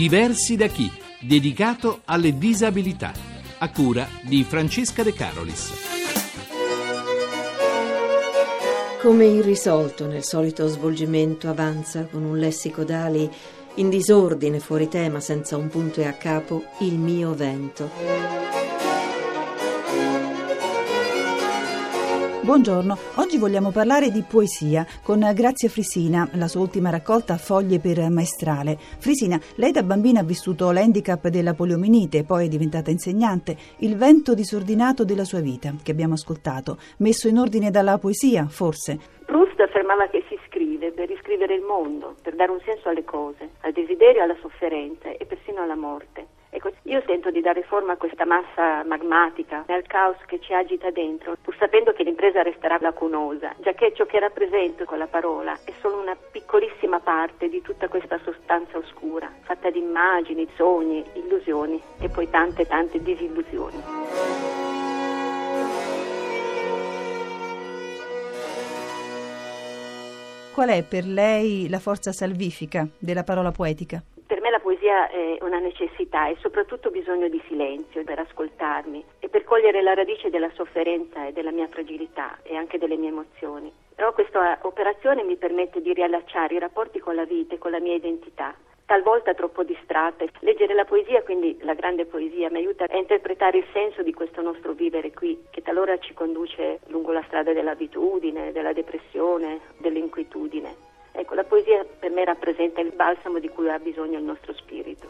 Diversi da chi? Dedicato alle disabilità. A cura di Francesca De Carolis. Come irrisolto nel solito svolgimento avanza con un lessicodali in disordine, fuori tema, senza un punto e a capo, il mio vento. Buongiorno, oggi vogliamo parlare di poesia con Grazia Frisina, la sua ultima raccolta Foglie per Maestrale. Frisina, lei da bambina ha vissuto l'handicap della poliomielite, poi è diventata insegnante, il vento disordinato della sua vita, che abbiamo ascoltato, messo in ordine dalla poesia, forse. Proust affermava che si scrive per riscrivere il mondo, per dare un senso alle cose, al desiderio, alla sofferenza e persino alla morte. Ecco, io tento di dare forma a questa massa magmatica, al caos che ci agita dentro, pur sapendo che l'impresa resterà lacunosa, giacché ciò che rappresento con la parola è solo una piccolissima parte di tutta questa sostanza oscura, fatta di immagini, sogni, illusioni e poi tante disillusioni. Qual è per lei la forza salvifica della parola poetica? Per me la poesia è una necessità e soprattutto bisogno di silenzio per ascoltarmi e per cogliere la radice della sofferenza e della mia fragilità e anche delle mie emozioni. Però questa operazione mi permette di riallacciare i rapporti con la vita e con la mia identità. Talvolta troppo distratta. Leggere la poesia, quindi la grande poesia, mi aiuta a interpretare il senso di questo nostro vivere qui, che talora ci conduce lungo la strada dell'abitudine, della depressione, dell'inquietudine. Ecco, la poesia per me rappresenta il balsamo di cui ha bisogno il nostro spirito.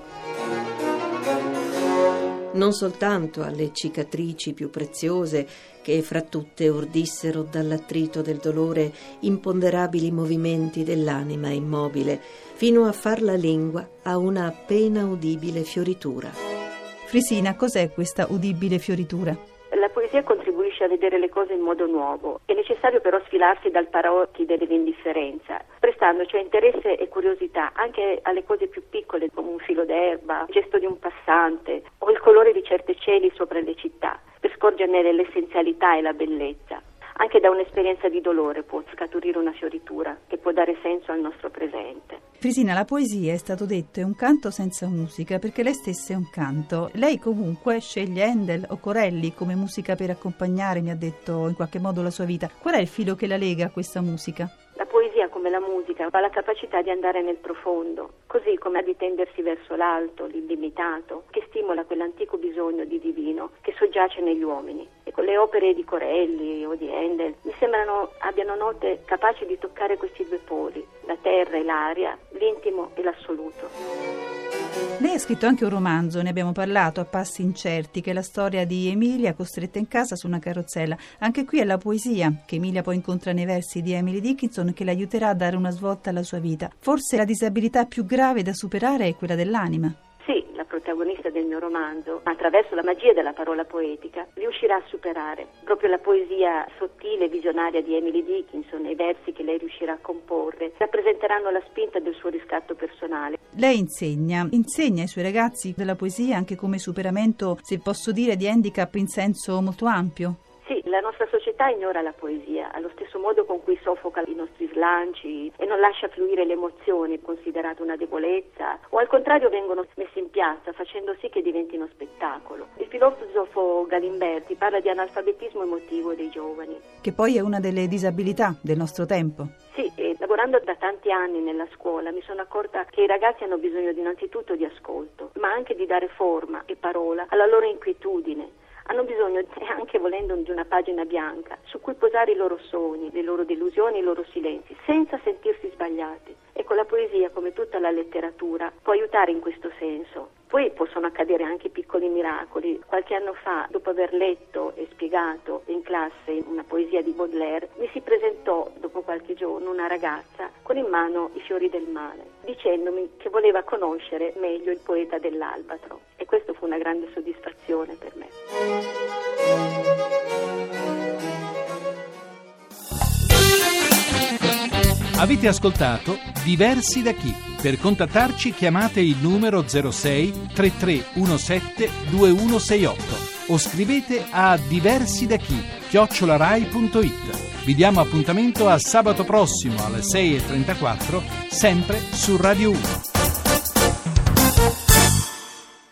Non soltanto alle cicatrici più preziose che fra tutte ordissero dall'attrito del dolore imponderabili movimenti dell'anima immobile, fino a far la lingua a una appena udibile fioritura. Frisina, cos'è questa udibile fioritura? La poesia contribuisce a vedere le cose in modo nuovo. È necessario però sfilarsi dal paraocchi dell'indifferenza, prestando cioè interesse e curiosità anche alle cose più piccole, come un filo d'erba, il gesto di un passante o il colore di certe cieli sopra le città, per scorgerne l'essenzialità e la bellezza. Anche da un'esperienza di dolore può scaturire una fioritura che può dare senso al nostro presente. Frisina, la poesia, è stato detto, è un canto senza musica, perché lei stessa è un canto. Lei comunque sceglie Handel o Corelli come musica per accompagnare, mi ha detto, in qualche modo la sua vita. Qual è il filo che la lega a questa musica? La poesia, come la musica, ha la capacità di andare nel profondo, così come ha di tendersi verso l'alto, l'illimitato, che stimola quell'antico bisogno di divino che soggiace negli uomini. E con le opere di Corelli o di Handel mi sembrano abbiano note capaci di toccare questi due poli, la terra e l'aria, l'intimo e l'assoluto. Lei ha scritto anche un romanzo, ne abbiamo parlato, A passi incerti, che è la storia di Emilia costretta in casa su una carrozzella. Anche qui è la poesia che Emilia poi incontra nei versi di Emily Dickinson che l'aiuterà a dare una svolta alla sua vita. Forse la disabilità più grave da superare è quella dell'anima. Sì, la protagonista del mio romanzo, attraverso la magia della parola poetica, riuscirà a superare. Proprio la poesia sottile e visionaria di Emily Dickinson e i versi che lei riuscirà a comporre rappresenteranno la spinta del suo riscatto personale. Lei insegna ai suoi ragazzi della poesia anche come superamento, se posso dire, di handicap in senso molto ampio. Sì, la nostra società ignora la poesia, allo stesso modo con cui soffoca i nostri slanci e non lascia fluire le emozioni, considerate una debolezza, o al contrario vengono messe in piazza facendo sì che diventino spettacolo. Il filosofo Galimberti parla di analfabetismo emotivo dei giovani. Che poi è una delle disabilità del nostro tempo. Sì, e lavorando da tanti anni nella scuola mi sono accorta che i ragazzi hanno bisogno innanzitutto di ascolto, ma anche di dare forma e parola alla loro inquietudine. Hanno bisogno, anche volendo, di una pagina bianca su cui posare i loro sogni, le loro delusioni, i loro silenzi, senza sentirsi sbagliati. Ecco, la poesia, come tutta la letteratura, può aiutare in questo senso. Poi possono accadere anche piccoli miracoli. Qualche anno fa, dopo aver letto e spiegato in classe una poesia di Baudelaire, mi si presentò dopo qualche giorno una ragazza con in mano I fiori del male, dicendomi che voleva conoscere meglio il poeta dell'Albatro. E questo fu una grande soddisfazione per me. Avete ascoltato Diversi da chi? Per contattarci chiamate il numero 06 3317 2168 o scrivete a diversidachi@rai.it. Vi diamo appuntamento a sabato prossimo alle 6:34, sempre su Radio 1.